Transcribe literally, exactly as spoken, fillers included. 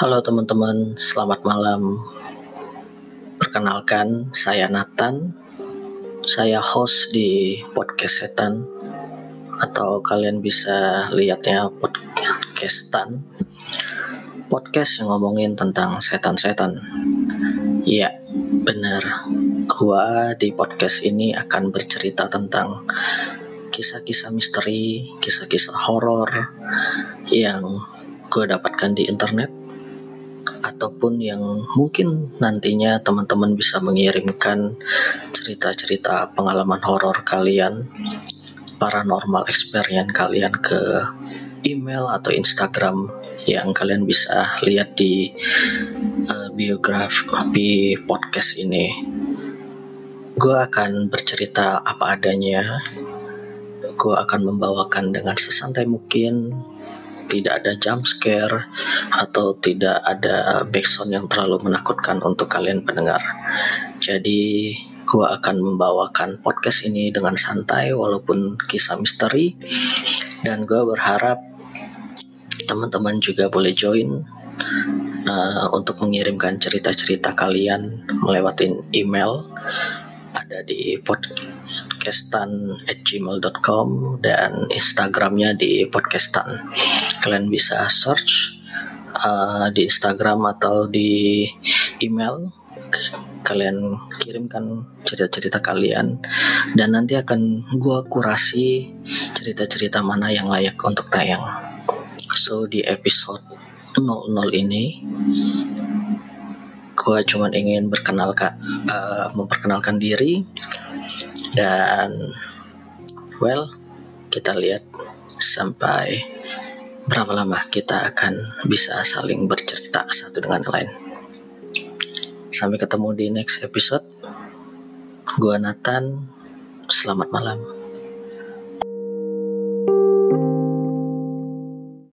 Halo teman-teman, selamat malam. Perkenalkan, saya Nathan. Saya host di podcast setan, atau kalian bisa lihatnya podcastan. Podcast yang ngomongin tentang setan-setan. Iya, benar. Gua di podcast ini akan bercerita tentang kisah-kisah misteri, kisah-kisah horor yang gue dapatkan di internet, ataupun yang mungkin nantinya teman-teman bisa mengirimkan cerita-cerita pengalaman horor kalian, paranormal experience kalian ke email atau Instagram yang kalian bisa lihat di uh, biografi podcast ini. Gue akan bercerita apa adanya. Gue akan membawakan dengan sesantai mungkin. Tidak ada jump scare atau tidak ada backsound yang terlalu menakutkan untuk kalian pendengar. Jadi gue akan membawakan podcast ini dengan santai walaupun kisah misteri, dan gue berharap teman-teman juga boleh join uh, untuk mengirimkan cerita-cerita kalian melewati email. Ada di podcastan at gmail dot com dan Instagramnya di podcastan. Kalian bisa search uh, di Instagram atau di email. Kalian kirimkan cerita-cerita kalian, dan nanti akan gua kurasi cerita-cerita mana yang layak untuk tayang. So di episode nol nol ini gue cuma ingin berkenalkan, uh, memperkenalkan diri, dan well, kita lihat sampai berapa lama kita akan bisa saling bercerita satu dengan lain. Sampai ketemu di next episode. Gue Nathan, selamat malam.